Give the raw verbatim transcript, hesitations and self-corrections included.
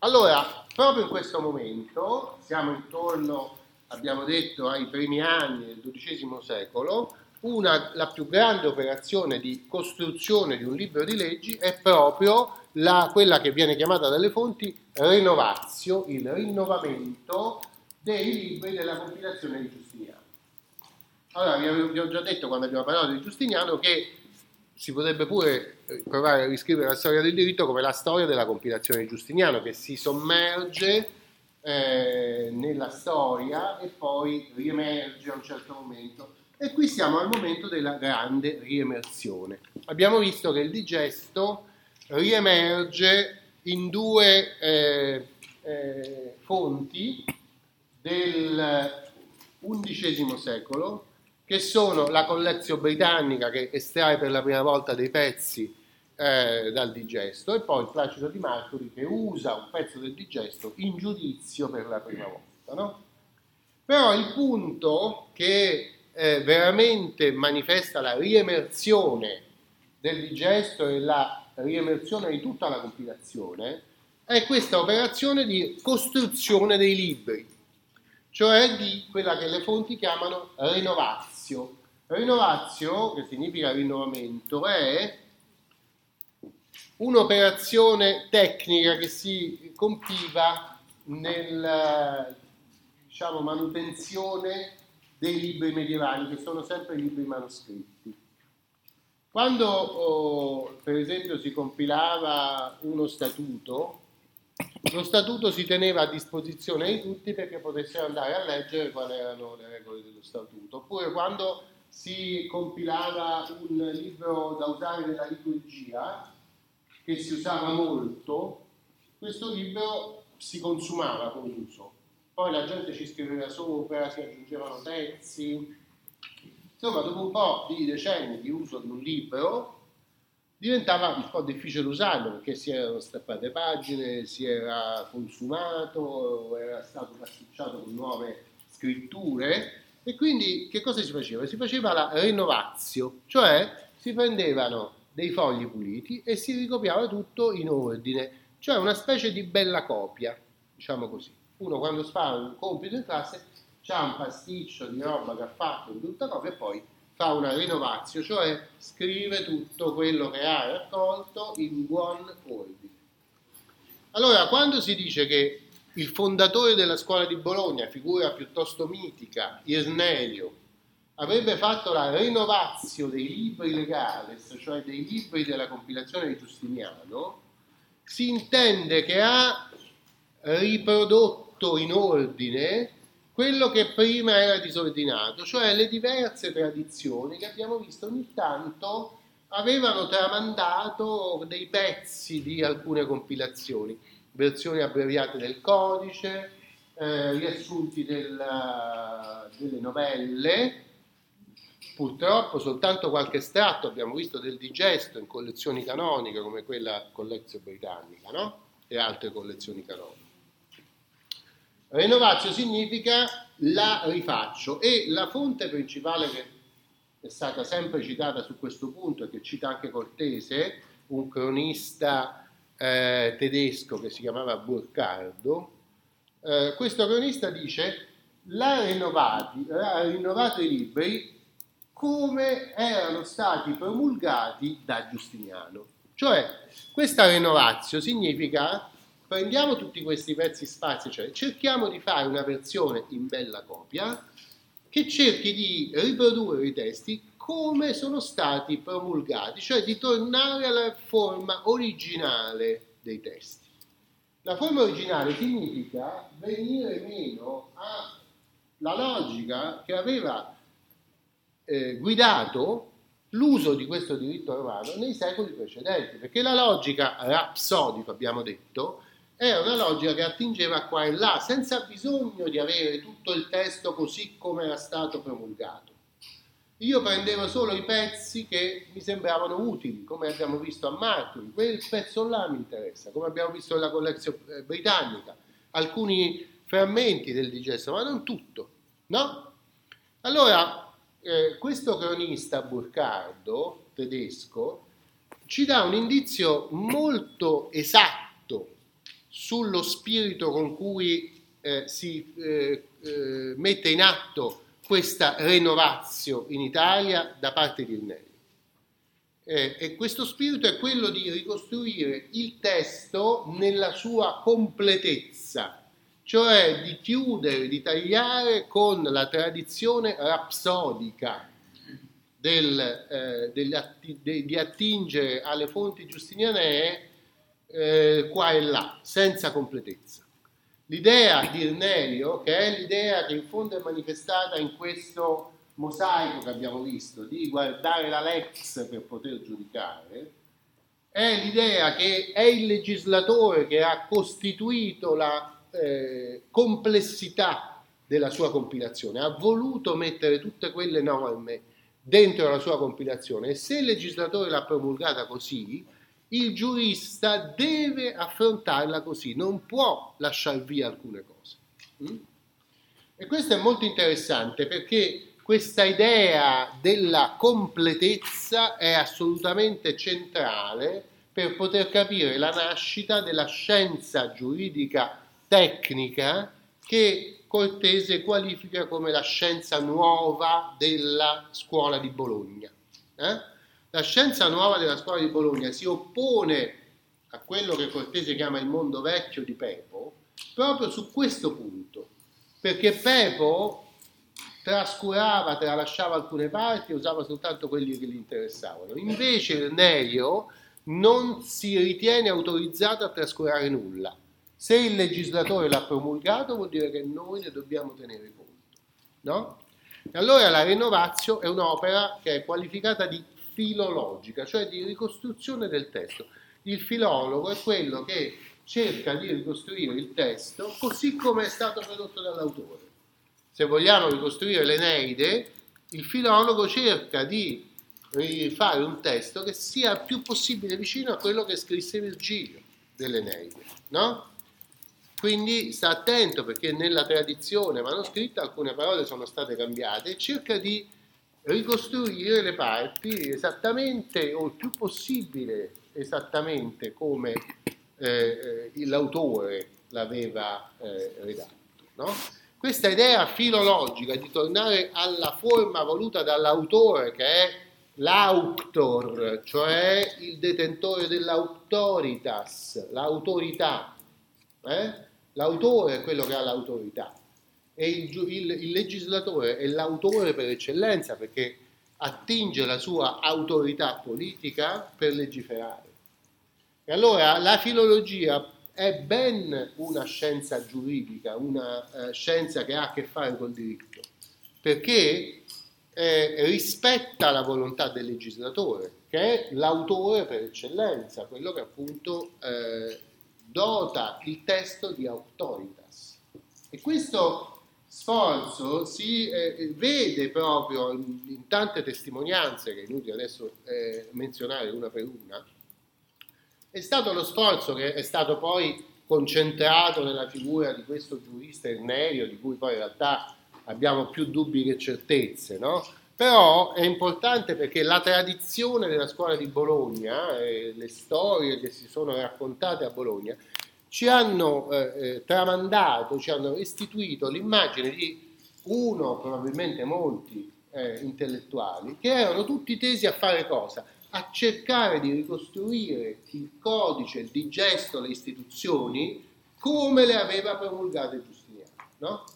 Allora, proprio in questo momento, siamo intorno, abbiamo detto, ai primi anni del dodicesimo secolo, una, la più grande operazione di costruzione di un libro di leggi è proprio la, quella che viene chiamata dalle fonti renovatio, il rinnovamento dei libri della compilazione di Giustiniano. Allora, vi avevo- vi ho già detto quando abbiamo parlato di Giustiniano che si potrebbe pure provare a riscrivere la storia del diritto come la storia della compilazione di Giustiniano, che si sommerge eh, nella storia e poi riemerge a un certo momento. E qui siamo al momento della grande riemersione. Abbiamo visto che il digesto riemerge in due eh, eh, fonti del undicesimo secolo, che sono la Collezione Britannica, che estrae per la prima volta dei pezzi eh, dal digesto, e poi Placido di Marturi, che usa un pezzo del digesto in giudizio per la prima volta, no? Però il punto che eh, veramente manifesta la riemersione del digesto e la riemersione di tutta la compilazione è questa operazione di costruzione dei libri, cioè di quella che le fonti chiamano rinnovatio. Rinnovatio, che significa rinnovamento, è un'operazione tecnica che si compiva nella, diciamo, manutenzione dei libri medievali, che sono sempre libri manoscritti. Quando, oh, per esempio, si compilava uno statuto, lo statuto si teneva a disposizione di tutti perché potessero andare a leggere quali erano le regole dello statuto. Oppure quando si compilava un libro da usare nella liturgia, che si usava molto, questo libro si consumava con l'uso. Poi la gente ci scriveva sopra, si aggiungevano pezzi. Insomma, dopo un po' di decenni di uso di un libro, diventava un po' difficile usarlo perché si erano strappate pagine, si era consumato, era stato pasticciato con nuove scritture, e quindi che cosa si faceva? Si faceva la rinnovatio, cioè si prendevano dei fogli puliti e si ricopiava tutto in ordine, cioè una specie di bella copia, diciamo così. Uno quando fa un compito in classe c'ha un pasticcio di roba che ha fatto in tutta copia e poi fa una rinnovatio, cioè scrive tutto quello che ha raccolto in buon ordine. Allora, quando si dice che il fondatore della scuola di Bologna, figura piuttosto mitica, Irnelio, avrebbe fatto la rinnovatio dei libri legales, cioè dei libri della compilazione di Giustiniano, si intende che ha riprodotto in ordine quello che prima era disordinato, cioè le diverse tradizioni che abbiamo visto ogni tanto avevano tramandato dei pezzi di alcune compilazioni, versioni abbreviate del codice, eh, riassunti del, delle novelle, purtroppo soltanto qualche estratto abbiamo visto del digesto in collezioni canoniche come quella Collezione Britannica, no? E altre collezioni canoniche. Rinnovatio significa la rifaccio, e la fonte principale che è stata sempre citata su questo punto e che cita anche Cortese, un cronista eh, tedesco che si chiamava Burcardo, eh, questo cronista dice l'ha rinnovati, ha rinnovato i libri come erano stati promulgati da Giustiniano. Cioè, questa rinnovatio significa prendiamo tutti questi pezzi sparsi, cioè cerchiamo di fare una versione in bella copia che cerchi di riprodurre i testi come sono stati promulgati, cioè di tornare alla forma originale dei testi. La forma originale significa venire meno alla logica che aveva eh, guidato l'uso di questo diritto romano nei secoli precedenti, perché la logica rapsodica, abbiamo detto, era una logica che attingeva qua e là, senza bisogno di avere tutto il testo così come era stato promulgato. Io prendevo solo i pezzi che mi sembravano utili, come abbiamo visto a Marturi, quel pezzo là mi interessa, come abbiamo visto nella Collezione Britannica, alcuni frammenti del digesto, ma non tutto, no? Allora, eh, questo cronista Burcardo, tedesco, ci dà un indizio molto esatto sullo spirito con cui eh, si eh, eh, mette in atto questa renovatio in Italia da parte di Irnerio. Eh, e questo spirito è quello di ricostruire il testo nella sua completezza, cioè di chiudere, di tagliare con la tradizione rapsodica del, eh, degli atti, de, di attingere alle fonti giustinianee eh, qua e là, senza completezza. L'idea di Irnerio, che è l'idea che in fondo è manifestata in questo mosaico che abbiamo visto, di guardare la lex per poter giudicare, è l'idea che è il legislatore che ha costituito la eh, complessità della sua compilazione, ha voluto mettere tutte quelle norme dentro la sua compilazione, e se il legislatore l'ha promulgata così, il giurista deve affrontarla così, non può lasciar via alcune cose. Mm? E questo è molto interessante, perché questa idea della completezza è assolutamente centrale per poter capire la nascita della scienza giuridica tecnica che Cortese qualifica come la scienza nuova della scuola di Bologna. Eh? La scienza nuova della scuola di Bologna si oppone a quello che Cortese chiama il mondo vecchio di Pepo proprio su questo punto, perché Pepo trascurava, tralasciava alcune parti e usava soltanto quelli che gli interessavano. Invece Irnerio non si ritiene autorizzato a trascurare nulla. Se il legislatore l'ha promulgato vuol dire che noi ne dobbiamo tenere conto, no? E allora la Renovatio è un'opera che è qualificata di filologica, cioè di ricostruzione del testo. Il filologo è quello che cerca di ricostruire il testo così come è stato prodotto dall'autore. Se vogliamo ricostruire l'Eneide, il filologo cerca di fare un testo che sia il più possibile vicino a quello che scrisse Virgilio dell'Eneide, no? Quindi sta attento, perché nella tradizione manoscritta alcune parole sono state cambiate, e cerca di ricostruire le parti esattamente o il più possibile esattamente come eh, l'autore l'aveva eh, redatto, no? Questa idea filologica di tornare alla forma voluta dall'autore, che è l'auctor, cioè il detentore dell'autoritas, l'autorità, eh? L'autore è quello che ha l'autorità, e il, il, il legislatore è l'autore per eccellenza, perché attinge la sua autorità politica per legiferare. E allora la filologia è ben una scienza giuridica, una eh, scienza che ha a che fare col diritto, perché eh, rispetta la volontà del legislatore, che è l'autore per eccellenza, quello che appunto eh, dota il testo di auctoritas. E questo sforzo si eh, vede proprio in, in tante testimonianze, che è inutile adesso eh, menzionare una per una. È stato lo sforzo che è stato poi concentrato nella figura di questo giurista Irnerio, di cui poi in realtà abbiamo più dubbi che certezze, no? Però è importante perché la tradizione della scuola di Bologna e le storie che si sono raccontate a Bologna ci hanno eh, tramandato, ci hanno restituito l'immagine di uno, probabilmente molti eh, intellettuali, che erano tutti tesi a fare cosa? A cercare di ricostruire il codice, il digesto, le istituzioni come le aveva promulgate Giustiniano, no?